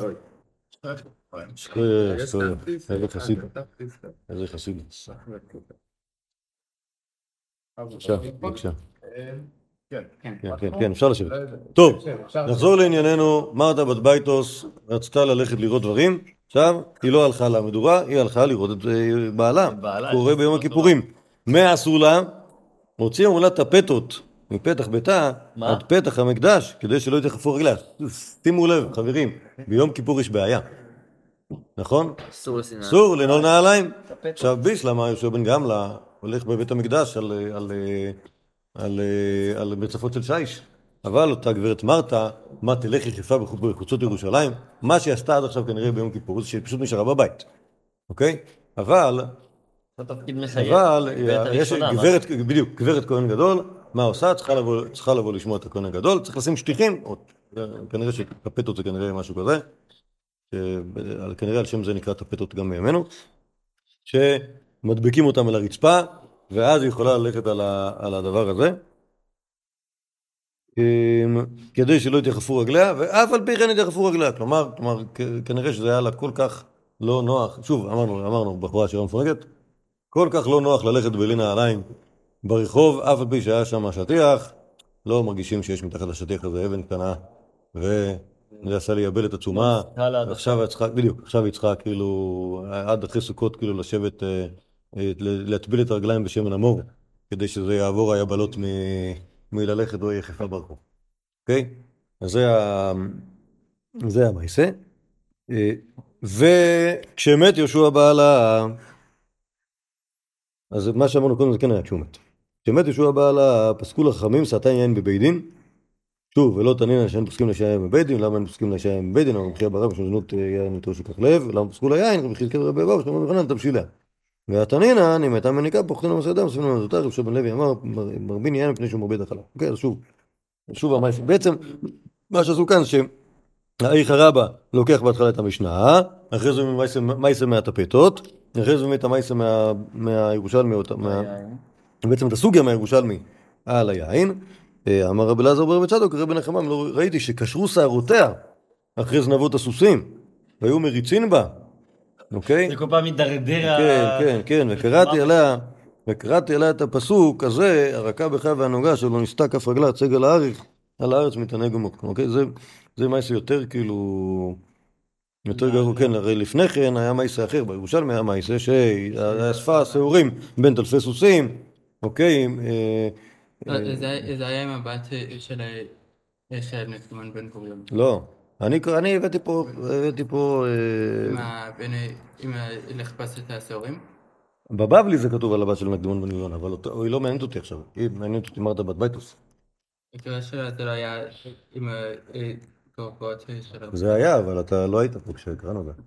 שקויה, שקויה, איזה חסיד. איזה חסיד. בבקשה, בבקשה. כן, כן, כן, אפשר לשבת. טוב, נחזור לענייננו, מרתה בת בייטוס רצתה ללכת לראות דברים, עכשיו היא לא הלכה למדורה, היא הלכה לראות את בעלה, קורא ביום הכיפורים. מה עשו לה? הוציאו לה את הפתות מפתח ביתה עד פתח המקדש, כדי שלא יתחפו רגליה. שימו לב, חברים, ביום כיפור יש בעיה, נכון? אסור לסנאה. אסור לנעול נעליים. עכשיו ביש, למה יהושע בן גמלא הולך בבית המקדש על... על על, על מרצפות של שיש, אבל אותה גברת מרתה, מה תלך יחפה בחוצות ירושלים, מה שהיא עשתה עד עכשיו כנראה ביום כיפור, זה שהיא פשוט נשארה בבית, אוקיי? אבל, אבל, יש גברת, בדיוק, גברת כהן גדול, מה עושה? צריכה לבוא, צריכה לבוא לשמוע את הכהן הגדול, צריך לשים שטיחים, או, כנראה שכפתות זה כנראה משהו כזה, כנראה על שם זה נקרא טפטות גם בימינו, שמדביקים אותם על הרצפה, ואז היא יכולה ללכת על הדבר הזה, כדי שלא יתייחפו רגליה, ואף על פי כן יתייחפו רגליה. כלומר, כלומר, כנראה שזה היה לה כל כך לא נוח, שוב, אמרנו, אמרנו בחורה שלא מפונקת, כל כך לא נוח ללכת בלי נעליים ברחוב, אף על פי שהיה שם שטיח, לא מרגישים שיש מתחת לשטיח הזה אבן קטנה, וזה עשה לי יבל את עצומה, עכשיו היא צריכה, בדיוק, עכשיו היא צריכה כאילו, עד אחרי סוכות כאילו לשבת, להטביל את הרגליים בשמן המור, כדי שזה יעבור היבלות מללכת או יחפה ברחוב. אוקיי? אז זה המעשה. וכשמת יהושע בעלה, אז מה שאמרנו קודם זה כן היה כשהוא מת. כשמת יהושע בעלה, פסקו לחכמים סעתיים יין בבית דין. שוב, ולא תנינן שאין פוסקים ליין בבית דין. למה אין פוסקים ליין בבית דין? אבל מחיה ברב בשביל זנות יין יותר שכח לב. למה פסקו ליין? רבי חזקאל רבי אבאו שלמה בן חנן תבשילה. והתנינן, אם הייתה מניקה פוחתין למעשה אדם, סבינו למזותה, רבי יהושע בן לוי אמר, מרבין יין מפני שהוא מרבה את החלב. אוקיי, אז שוב, שוב המעשה. בעצם, מה שעשו כאן, שהאיכא רבא לוקח בהתחלה את המשנה, אחרי זה מייסה מהטפטות, אחרי זה באמת המייסה מהירושלמי, בעצם את הסוגיה מהירושלמי על היין. אמר רבי אלעזר ברבי צדוק, רבי נחמן, לא ראיתי שקשרו שערותיה אחרי זנבות הסוסים, והיו מריצין בה, אוקיי? זה כל פעם מתדרדר. כן, כן, כן, וקראתי עליה, וקראתי עליה את הפסוק הזה, הרכה בך והנוגה שלא נסתה כף רגלה, צגה לארץ, על הארץ מתענג ומוק, אוקיי? זה, זה מייסה יותר כאילו, יותר גרוע, כן, הרי לפני כן היה מייסה אחר, בירושלמי היה מייסה שאספה שעורים בין תלפי סוסים, אוקיי? זה היה עם הבת של נקדימון בן גוריון. לא, אני הבאתי פה, הבאתי פה... עם לחפש את השעורים? בבבלי זה כתוב על הבת של נקדימון בן גוריון, אבל היא לא מעניינת אותי עכשיו, היא מעניינת אותי מרתה בת ביתוס. הקרא שלה זה לא היה עם קורקעות שלה. זה היה, אבל אתה לא היית פה כשהקראנו זה.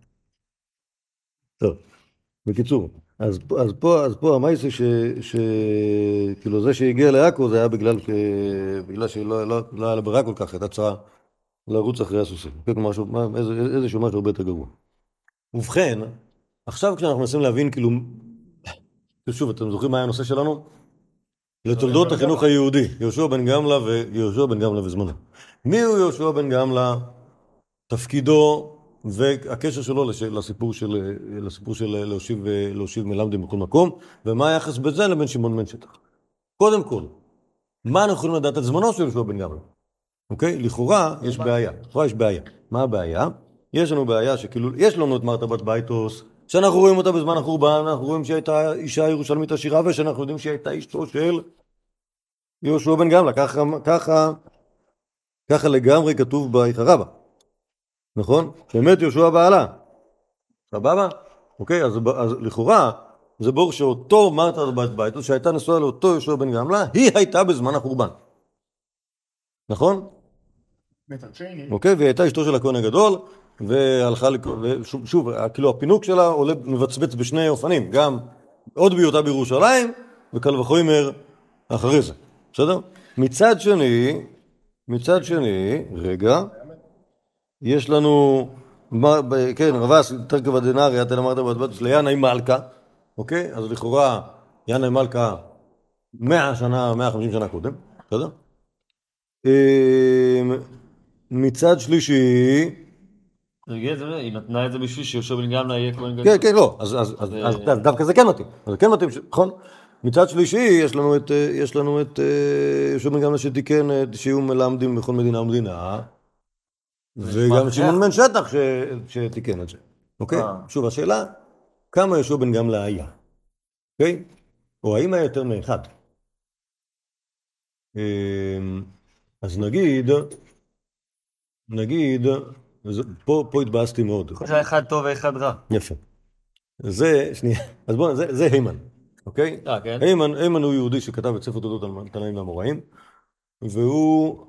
טוב, בקיצור, אז, אז פה, אז פה המייסה ש, ש, כאילו זה שהגיע לעכו זה היה בגלל, בגלל שהיא לא, לא, לא היה לברירה כל כך, הייתה צריכה לרוץ אחרי הסוסים. כלומר, איזה, איזשהו משהו הרבה יותר גרוע. ובכן, עכשיו כשאנחנו מנסים להבין, כאילו, שוב, אתם זוכרים מה היה הנושא שלנו? לתולדות החינוך היהודי, יהושע בן גמלא ויהושע בן גמלא וזמנו. מי הוא יהושע בן גמלא? תפקידו והקשר שלו לסיפור של, לסיפור של להושיב, להושיב מלמדים בכל מקום, ומה היחס בזה לבין שמעון בן שטח. קודם כל, מה אנחנו יכולים לדעת את זמנו של יהושע בן גמלא? אוקיי? לכאורה יש בעיה. לכאורה יש בעיה. מה הבעיה? יש לנו בעיה שכאילו, יש לנו את מרתה בת ביתוס, שאנחנו רואים אותה בזמן החורבן, אנחנו רואים שהייתה אישה ירושלמית עשירה, ושאנחנו יודעים שהייתה אשתו של יהושע בן גמלא. ככה, ככה, ככה לגמרי כתוב באיכא רבא. נכון? שמת יהושע בעלה. סבבה? אוקיי, אז, אז לכאורה, זה בור שאותו מרתה בת ביתוס, שהייתה נשואה לאותו יהושע בן גמלא, היא הייתה בזמן החורבן. נכון? אוקיי, והיא הייתה אשתו של הכהן הגדול, והלכה, ושוב, שוב, כאילו הפינוק שלה עולה מבצבץ בשני אופנים, גם עוד בהיותה בירושלים, וקל וחומר אחרי זה. בסדר? מצד שני, מצד שני, רגע, יש לנו, כן, רבס, תרכב הדינרי, אתה אמרת בת ביתוס לינאי מלכה, אוקיי? אז לכאורה, ינאי מלכה מאה שנה, מאה וחמישים שנה קודם, בסדר? מצד שלישי, היא נתנה את זה בשביל שיהושע בן גמלא יהיה כהן גדול. כן, כן, לא, אז דווקא זה כן מתאים, זה כן מתאים, נכון? מצד שלישי, יש לנו את, יש לנו את יהושע בן גמלא שתיקן, שיהיו מלמדים בכל מדינה ומדינה, וגם שמעון בן שטח שתיקן את זה, אוקיי? שוב, השאלה, כמה יהושע בן גמלא היה, אוקיי? או האם היה יותר מאחד? אז נגיד, נגיד, פה, פה התבאסתי מאוד. זה אחד טוב ואחד רע. יפה. זה, שנייה, אז בואו, זה, זה הימן, אוקיי? אה, כן. הימן, הימן הוא יהודי שכתב את ספר תולדות על תנאים ואמוראים, והוא,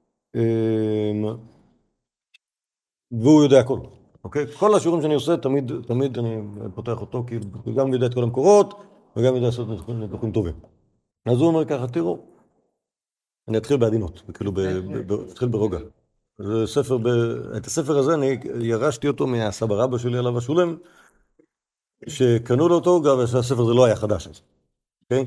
והוא יודע הכל, אוקיי? כל השיעורים שאני עושה, תמיד, תמיד אני פותח אותו, כי הוא גם יודע את כל המקורות, וגם יודע לעשות ניתוחים טובים. אז הוא אומר ככה, תראו, אני אתחיל בעדינות, וכאילו, אתחיל ברוגע. זה ספר, ב... את הספר הזה אני ירשתי אותו מהסבא רבא שלי עליו השולם, שקנו לו אותו, גם הספר הזה לא היה חדש אז, אוקיי?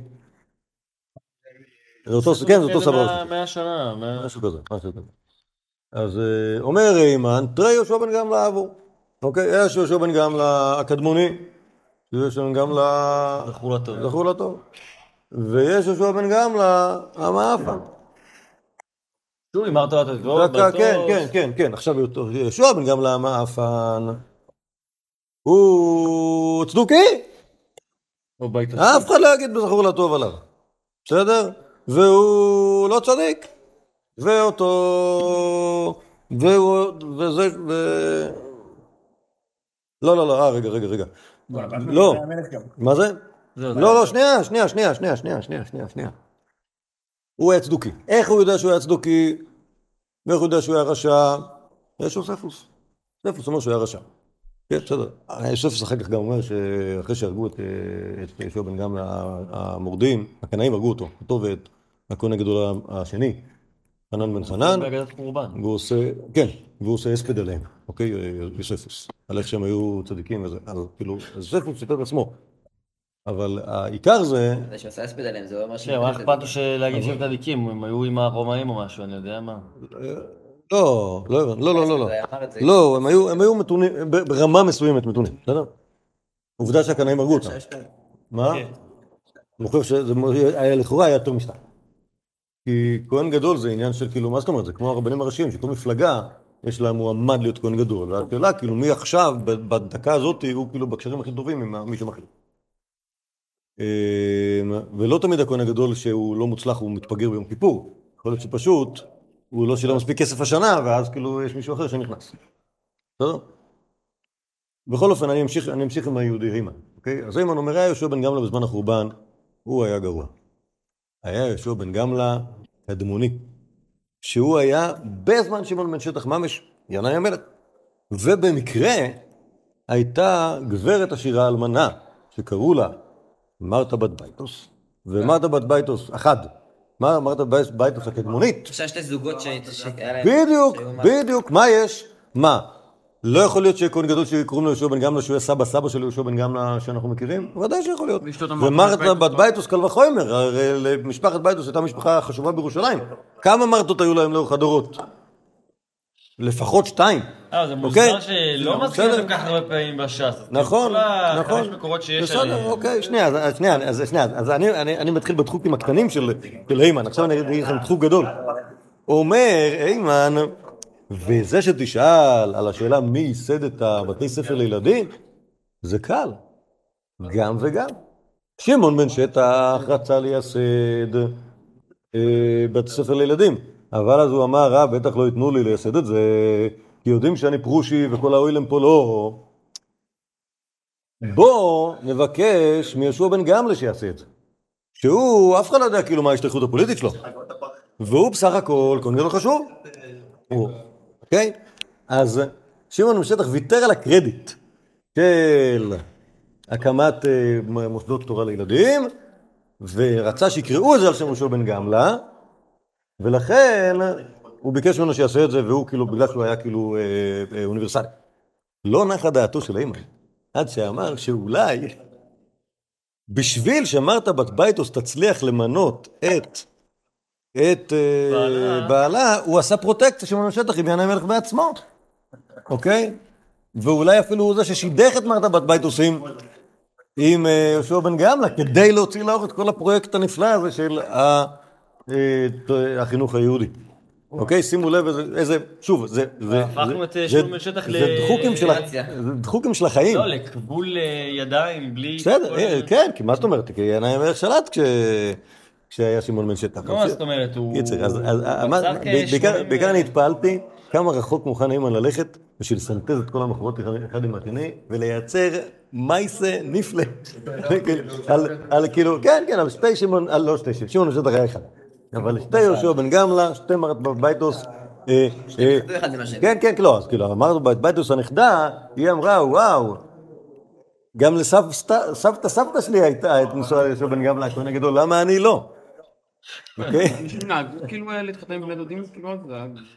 זה אותו, כן, זה אותו סבא רבא. מאה שנה, משהו כזה, משהו כזה. אז אומר אימן, תראה יהושע בן גמלא אבו, אוקיי? יש יהושע בן גמלא הקדמוני, יש יהושע בן גמלא זכור לטוב. זכור לטוב. ויש יהושע בן גמלא המאפן. שוב, אמרת לו את זה, כן, כן, כן, כן. עכשיו יהושע בן גמלא המאפן, הוא צדוקי. אף אחד לא יגיד בזכור לטוב עליו. בסדר? והוא לא צדיק. ואותו... והוא... וזה... ו... לא, לא, לא, אה, רגע, רגע, רגע. לא. מה זה? לא, לא, שנייה, שנייה, שנייה, שנייה, שנייה, שנייה, שנייה, שנייה. הוא היה צדוקי. איך הוא יודע שהוא היה צדוקי? ואיך הוא יודע שהוא היה רשע? יש יוספוס. יוספוס אומר שהוא היה רשע. כן, בסדר. יוספוס אחר כך גם אומר שאחרי שהרגו את יהושע בן גמלא המורדים, הקנאים הרגו אותו, אותו ואת הכהן הגדול השני, חנן בן חנן. והוא עושה, כן, והוא עושה הספד עליהם, אוקיי, יוספוס. על איך שהם היו צדיקים וזה. אז כאילו, יוספוס סיפר בעצמו. אבל העיקר זה... זה שעושה הספד עליהם, זה אומר ש... מה אכפת לו להגיד שהם צדיקים, הם היו עם הרומאים או משהו, אני יודע מה. לא, לא, לא, לא, לא. לא, הם היו מתונים, ברמה מסוימת מתונים, בסדר? עובדה שהקנאים הרגו אותם. מה? אני חושב שזה היה לכאורה, היה יותר משתיים. כי כהן גדול זה עניין של כאילו, מה זאת אומרת? זה כמו הרבנים הראשיים, שכל מפלגה יש לה מועמד להיות כהן גדול. והשאלה, כאילו, מי עכשיו, בדקה הזאת, הוא כאילו בקשרים הכי טובים עם מישהו אחר. ולא תמיד הכהן הגדול שהוא לא מוצלח, הוא מתפגר ביום כיפור. יכול להיות שפשוט הוא לא שילם מספיק כסף השנה, ואז כאילו יש מישהו אחר שנכנס. בסדר? בכל אופן, אני אמשיך, אני אמשיך עם היהודי הימן. אוקיי? אז הימן אומר, היה יהושע בן גמלא בזמן החורבן, הוא היה גרוע. היה יהושע בן גמלא קדמוני, שהוא היה בזמן שמעון בן שטח ממש, ינאי המלך. ובמקרה הייתה גברת עשירה אלמנה, שקראו לה מרתה בת בייטוס, ומרתה בת בייטוס, אחד, מרתה בת בייטוס הקדמונית. אפשר שתי זוגות שהיה להם... בדיוק, בדיוק, מה יש? מה? לא יכול להיות שכהן גדול שקוראים לו יהושע בן גמלא, שהוא היה סבא סבא של יהושע בן גמלא שאנחנו מכירים? ודאי שיכול להיות. ומרתה בת בייטוס קל וחומר, הרי משפחת בייטוס הייתה משפחה חשובה בירושלים. כמה מרתות היו להם לאורך הדורות? לפחות שתיים. אה, זה מוזר שלא מזכיר אותם כך הרבה פעמים בש"ס. נכון, נכון. חמש מקורות שיש... בסדר, אוקיי, שנייה, שנייה, אז שנייה, אז אני מתחיל בתחוקים הקטנים של הימן, עכשיו אני אגיד לכם תחוק גדול. אומר הימן, וזה שתשאל על השאלה מי ייסד את הבתי ספר לילדים, זה קל, גם וגם. שמעון בן שטח רצה לייסד בתי ספר לילדים, אבל אז הוא אמר, רב, בטח לא ייתנו לי לייסד את זה, כי יודעים שאני פרושי וכל האוילם פה לא. בוא נבקש מיהושע בן גמלא שיעשה את זה. שהוא, אף אחד לא יודע כאילו מה ההשתייכות הפוליטית שלו. והוא בסך הכל, כל מיני חשוב. אוקיי? אז שמעון בן שטח ויתר על הקרדיט של הקמת מוסדות תורה לילדים, ורצה שיקראו את זה על שם יהושע בן גמלא, ולכן הוא ביקש ממנו שיעשה את זה, והוא כאילו, בגלל שהוא היה כאילו אה, אה, אוניברסלי. לא נחה דעתו של הימן, עד שאמר שאולי, בשביל שמרתה בת בייטוס תצליח למנות את, את אה, בעלה, הוא עשה פרוטקציה שמעון בן שטח עם ינאי המלך בעצמו. אוקיי? ואולי אפילו הוא זה ששידך את מרתה בת בייטוס עם, עם אה, יהושע בן גמלא, כדי להוציא לאור את כל הפרויקט הנפלא הזה של ה... החינוך היהודי. אוקיי, שימו לב איזה, שוב, זה הפכנו את שמעון בן שטח דחוקים של החיים. לא, לכבול ידיים, בלי... בסדר, כן, כי מה זאת אומרת? כי ינאי המלך שלט כשהיה שמעון בן שטח. מה זאת אומרת? הוא... בעיקר אני התפעלתי כמה רחוק מוכן הימן ללכת בשביל לסנטז את כל המחוות אחד עם השני ולייצר מייסה נפלא. על כאילו, כן, כן, על שתי שמעון, לא שתי שמעון, שמעון בן שטח היה אחד. אבל שתי יהושע בן גמלא, שתי מרתה בת בייטוס, כן, כן, לא, אז כאילו, מרתה בת בייטוס הנכדה, היא אמרה, וואו, גם לסבתא סבתא שלי הייתה את נשואה יהושע בן גמלא, הכהן הגדול, למה אני לא? אוקיי? כאילו להתחתן עם בני דודים, כאילו,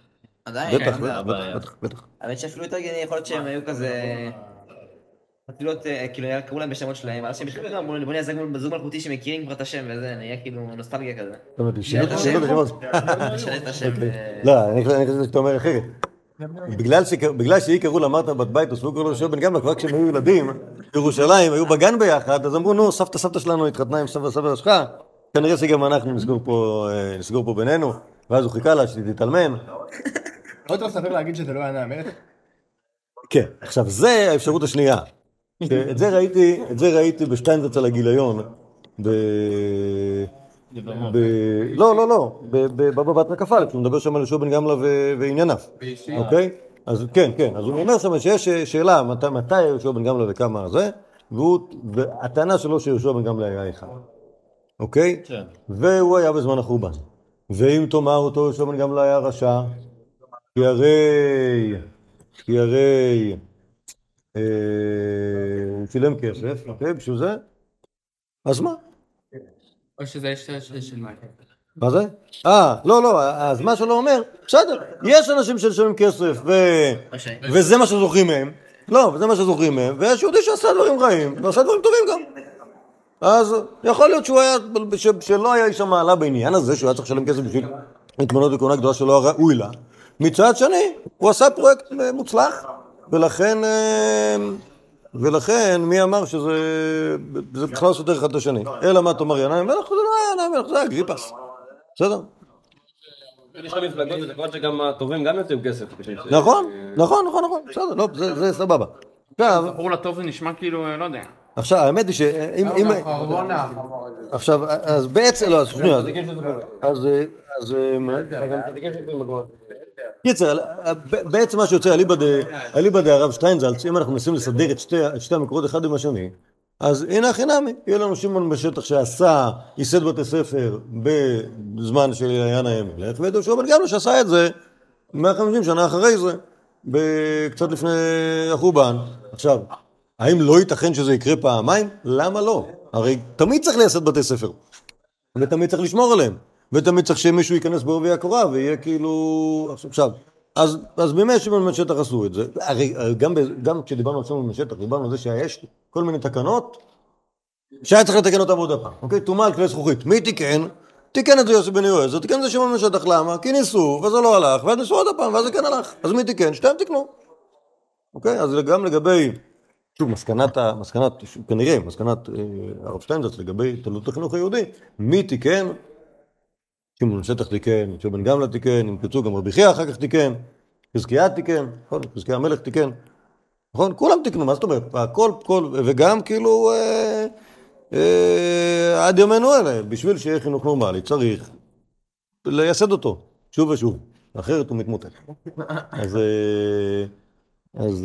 עדיין, בטח, כן, בטח, הבעיה. בטח, בטח. האמת שאפילו יותר גני, יכול להיות שהם היו כזה... אפילו, כאילו, קראו להם בשמות שלהם, אז שהם התחילו גם, בוא נהיה בזוג מלכותי שמכירים כבר את השם וזה, נהיה כאילו נוסטלגיה כזה. זאת אומרת, שינו את השם. השמות. נשנה את השם. לא, אני חושב שאתה אומר אחרת. בגלל שהיא קראו לה מרתה בת בייטוס, והוא קראו לו יהושע בן גמלא, כבר כשהם היו ילדים, בירושלים, היו בגן ביחד, אז אמרו, נו, סבתא סבתא שלנו התחתנה עם סבא סבא שלך, כנראה שגם אנחנו נסגור פה בינינו, ואז הוא חיכה לה שתתאלמן. עוד לא סביר להגיד שזה לא היה נאמרת? כן, עכשיו זה האפשרות השנייה. את זה ראיתי, את זה ראיתי בשטיינזץ על הגיליון, ב... ב... לא, לא, לא, בבבא בתרא כ"א, הוא מדבר שם על יהושע בן גמלא וענייניו, אוקיי? אז כן, כן, אז הוא אומר שם שיש שאלה, מתי יהושע בן גמלא וכמה זה, והטענה שלו שיהושע בן גמלא היה אחד, אוקיי? והוא היה בזמן החורבן. ואם תאמר אותו יהושע בן גמלא היה רשע, כי הרי, כי הרי, הוא שילם כסף, אוקיי, בשביל זה, אז מה? או שזה יש של מה? מה זה? אה, לא, לא, אז מה שלא אומר, בסדר, יש אנשים ששלמים כסף, וזה מה שזוכרים מהם, לא, וזה מה שזוכרים מהם, ויש יהודי שעשה דברים רעים, ועשה דברים טובים גם. אז יכול להיות שהוא היה, שלא היה איש המעלה בעניין הזה, שהוא היה צריך לשלם כסף בשביל להתמנות בכהונה גדולה שלא ראוי לה. מצד שני, הוא עשה פרויקט מוצלח, ולכן, ולכן, מי אמר שזה, זה בכלל סותר אחד את השני. אלא מה תאמר ינאי מלך, זה לא היה ינאי מלך, זה היה אגריפס. בסדר? יש לך מפלגות, זה כבר שגם הטובים גם יוצאים כסף. נכון, נכון, נכון, נכון, בסדר, לא, זה סבבה. עכשיו, זכור לטוב זה נשמע כאילו, לא יודע. עכשיו, האמת היא שאם... עכשיו, אז בעצם, לא, אז שנייה, אז... אז... קיצר, בעצם מה שיוצא אליבא דהרב שטיינזלץ, אם אנחנו מנסים לסדר את שתי המקורות אחד עם השני, אז הנה חינמי, יהיה לנו שמעון בשטח שעשה, ייסד בתי ספר בזמן של ינאי המלך, ויהושע בן גמלא שעשה את זה מאה וחמישים שנה אחרי זה, קצת לפני החורבן. עכשיו, האם לא ייתכן שזה יקרה פעמיים? למה לא? הרי תמיד צריך לייסד בתי ספר, ותמיד צריך לשמור עליהם, ותמיד צריך שמישהו ייכנס בעובי הקורה, ויהיה כאילו... עכשיו, אז, אז בימי שמעון בן שטח עשו את זה. הרי גם, גם כשדיברנו על שמעון בן שטח, דיברנו על זה שיש כל מיני תקנות, שהיה צריך לתקן אותם עוד הפעם. אוקיי? תומה על כלי זכוכית. מי תיקן? תיקן את זה יוסי בן יועזר, תיקן את זה שמעון בן שטח. למה? כי ניסו, וזה לא הלך, ואז ניסו עוד הפעם, ואז זה כן הלך. אז מי תיקן? שתיים תיקנו. אוקיי? אז גם לגבי... שוב, מסקנת, מסקנת, כנראה, מסקנת הרב שטיינזלץ לגבי תולדות החינוך היהודי, מי תיקן? שמעון בן שטח תיקן, יהושע בן גמלא תיקן, אם תרצו גם רבי חייא אחר כך תיקן, חזקיה תיקן, נכון? חזקיה המלך תיקן, נכון? כולם תיקנו, מה זאת אומרת? הכל, כל, וגם כאילו אה, אה, עד ימינו אלה, בשביל שיהיה חינוך נורמלי, צריך לייסד אותו, שוב ושוב, אחרת הוא מתמוטט. אז, אה, אז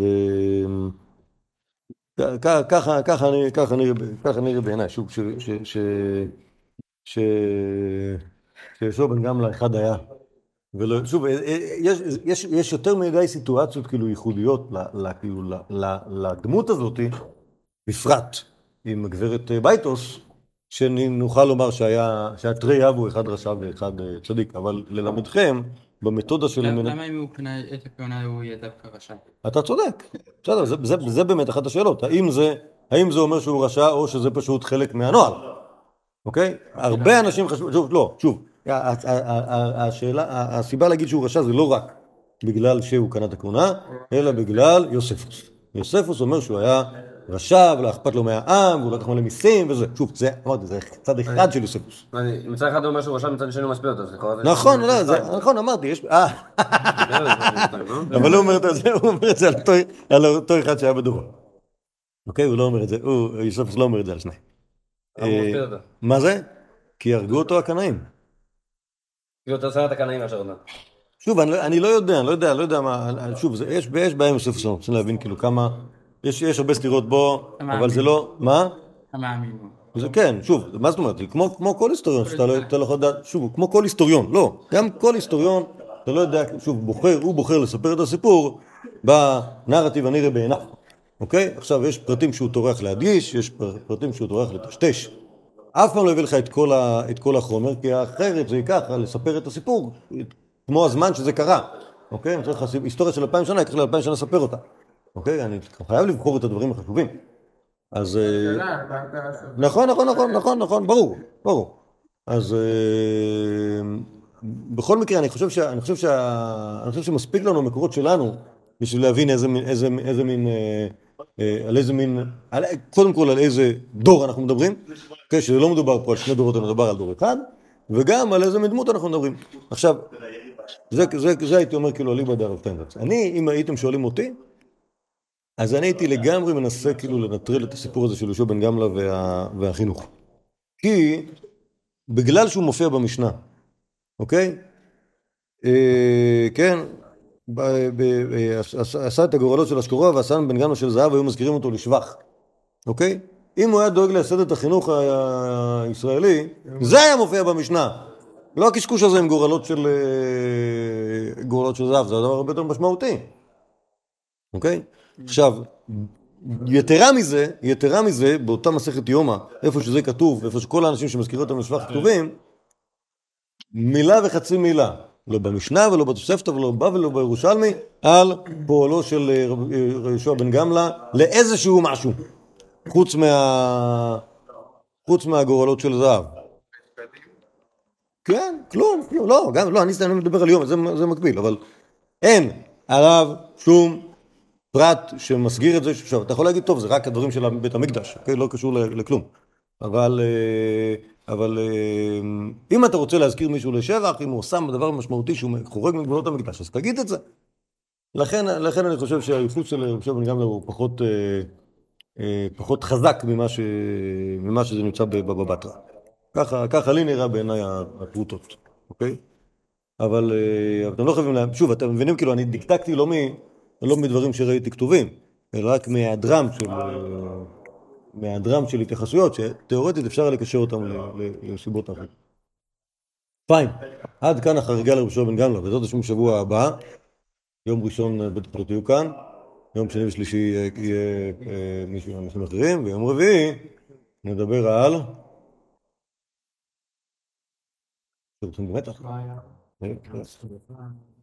אה, ככה, ככה אני, ככה אני, ככה אני בעיניי, שוב, ש... ש, ש, ש שיהושע בן גמלא אחד היה, ולא, שוב, יש, יש, יש יותר מדי סיטואציות כאילו ייחודיות ל, ל, כאילו, ל, ל, לדמות הזאת, בפרט עם הגברת בייטוס, שנוכל לומר שהיה, שהתרי אב הוא אחד רשע ואחד צדיק, אבל ללמדכם, במתודה של... למה אם הוא פנה את הכהונה הוא יהיה דווקא רשע? אתה צודק, בסדר, זה, זה, זה באמת אחת השאלות, האם זה, האם זה אומר שהוא רשע או שזה פשוט חלק מהנוהל, אוקיי? הרבה אנשים חשבו, שוב, לא, שוב, השאלה, הסיבה להגיד שהוא רשע זה לא רק בגלל שהוא קנה את הכהונה, אלא בגלל יוספוס. יוספוס אומר שהוא היה רשע ולא אכפת לו מהעם, והוא לא לקח מלא מיסים וזה. שוב, זה, אמרתי, זה צד אחד של יוספוס. מצד אחד הוא אומר שהוא רשע, מצד שני הוא משפיע אותו. נכון, נכון, אמרתי, יש... אה, אבל הוא אומר את זה על אותו אחד שהיה בדורו. אוקיי, הוא לא אומר את זה, יוספוס לא אומר את זה על שני. מה זה? כי הרגו אותו הקנאים. כי אתה עושה את הקנאים מאשר אותם. שוב, אני לא יודע, אני לא יודע, לא יודע מה, שוב, יש בעיה עם יוספוס, אני רוצה להבין כאילו כמה, יש הרבה סתירות בו, אבל זה לא, מה? המאמין. זה כן, שוב, מה זאת אומרת? כמו כל היסטוריון, שאתה לא יכול לדעת, שוב, כמו כל היסטוריון, לא, גם כל היסטוריון, אתה לא יודע, שוב, בוחר, הוא בוחר לספר את הסיפור בנרטיב הנראה בעיניו, אוקיי? עכשיו, יש פרטים שהוא טורח להדגיש, יש פרטים שהוא טורח לטשטש. אף פעם לא הביא לך את כל, ה, את כל החומר, כי האחרת זה ייקח לספר את הסיפור, כמו הזמן שזה קרה, אוקיי? אני צריך היסטוריה של אלפיים שנה, יקח לי אלפיים שנה לספר אותה. אוקיי? אני חייב לבחור את הדברים החשובים. אז... נכון, נכון, נכון, נכון, נכון, ברור, ברור. אז בכל מקרה, אני חושב שה... אני חושב שה... אני חושב שמספיק לנו מקורות שלנו בשביל להבין איזה מין, איזה, איזה מין, על איזה מין, על... קודם כל על איזה דור אנחנו מדברים, אוקיי? שזה לא מדובר פה על שני דורות, אלא מדובר על דור אחד, וגם על איזה מין דמות אנחנו מדברים. עכשיו, זה, זה, זה הייתי אומר כאילו אליבא דרב שטיינזלץ. אני, אם הייתם שואלים אותי, אז אני הייתי לגמרי מנסה כאילו לנטרל את הסיפור הזה של יהושע בן גמלא וה... והחינוך. כי בגלל שהוא מופיע במשנה, אוקיי? אה, כן, ב... ב... עשה את הגורלות של אשקורוע ועשה בן גמלא של זהב, והיו מזכירים אותו לשבח, אוקיי? אם הוא היה דואג לייסד את החינוך הישראלי, זה היה מופיע במשנה. לא הקשקוש הזה עם גורלות של גורלות של זהב, זה הדבר הרבה יותר משמעותי. אוקיי? עכשיו, יתרה מזה, יתרה מזה, באותה מסכת יומא, איפה שזה כתוב, איפה שכל האנשים שמזכירים אותם לשבח כתובים, מילה וחצי מילה, לא במשנה ולא בתוספתא ולא בבא ולא בירושלמי, על פועלו של יהושע בן גמלא לאיזשהו משהו, חוץ מה... חוץ מהגורלות של זהב. כן, כלום, כלום, לא, גם, לא, אני אני מדבר על יום, זה, זה מקביל, אבל אין עליו שום פרט שמסגיר את זה. עכשיו, אתה יכול להגיד, טוב, זה רק הדברים של בית המקדש, אוקיי? לא קשור לכלום. אבל, אבל אם אתה רוצה להזכיר מישהו לשבח, אם הוא עושה דבר משמעותי שהוא חורג מגבולות המקדש, אז תגיד את זה. לכן, לכן אני חושב שהייחוס של יהושע בן גמלא הוא פחות, פחות חזק ממה, ש, ממה שזה נמצא בבבא בתרא. ככה, ככה לי נראה בעיניי הפרוטות, אוקיי? אבל אתם לא חייבים להם, שוב, אתם מבינים, כאילו, אני דקדקתי לא, מ, לא מדברים שראיתי כתובים, אלא רק מהיעדרם של, מהיעדרם של התייחסויות, שתיאורטית אפשר לקשר אותם לסיבות אחרות. פיין, עד כאן החריגה ליהושע בן גמלא, וזאת השם שבוע הבא, יום ראשון בטח לא תהיו כאן, יום שני ושלישי יהיה מישהו מהנושאים אחרים, ויום רביעי נדבר על... אתם במתח?